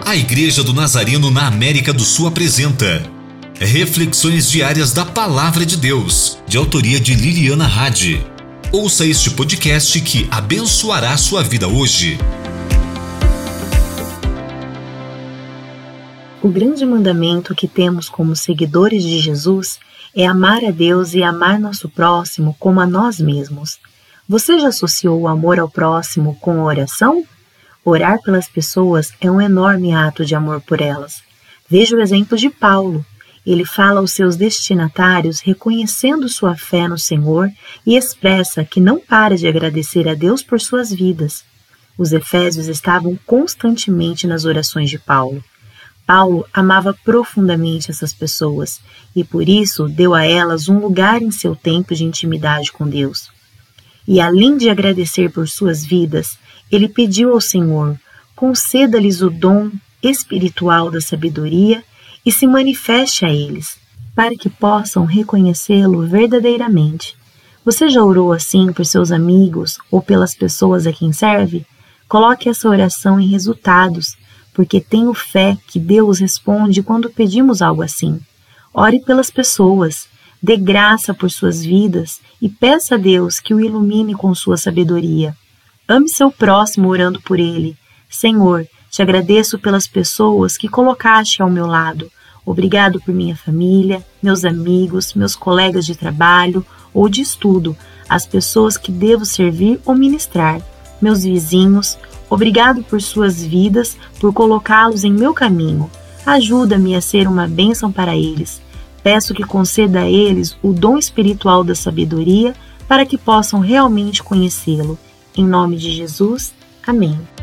A Igreja do Nazareno na América do Sul apresenta Reflexões Diárias da Palavra de Deus, de autoria de Liliana Hadi. Ouça este podcast que abençoará a sua vida hoje. O grande mandamento que temos como seguidores de Jesus é amar a Deus e amar nosso próximo como a nós mesmos. Você já associou o amor ao próximo com a oração? Orar pelas pessoas é um enorme ato de amor por elas. Veja o exemplo de Paulo. Ele fala aos seus destinatários reconhecendo sua fé no Senhor e expressa que não para de agradecer a Deus por suas vidas. Os efésios estavam constantemente nas orações de Paulo. Paulo amava profundamente essas pessoas e por isso deu a elas um lugar em seu tempo de intimidade com Deus. E além de agradecer por suas vidas, ele pediu ao Senhor, conceda-lhes o dom espiritual da sabedoria e se manifeste a eles, para que possam reconhecê-lo verdadeiramente. Você já orou assim por seus amigos ou pelas pessoas a quem serve? Coloque essa oração em resultados, porque tenho fé que Deus responde quando pedimos algo assim. Ore pelas pessoas, dê graça por suas vidas e peça a Deus que o ilumine com sua sabedoria. Ame seu próximo orando por ele. Senhor, te agradeço pelas pessoas que colocaste ao meu lado. Obrigado por minha família, meus amigos, meus colegas de trabalho ou de estudo, as pessoas que devo servir ou ministrar, meus vizinhos. Obrigado por suas vidas, por colocá-los em meu caminho. Ajuda-me a ser uma bênção para eles. Peço que conceda a eles o dom espiritual da sabedoria para que possam realmente conhecê-lo. Em nome de Jesus, amém.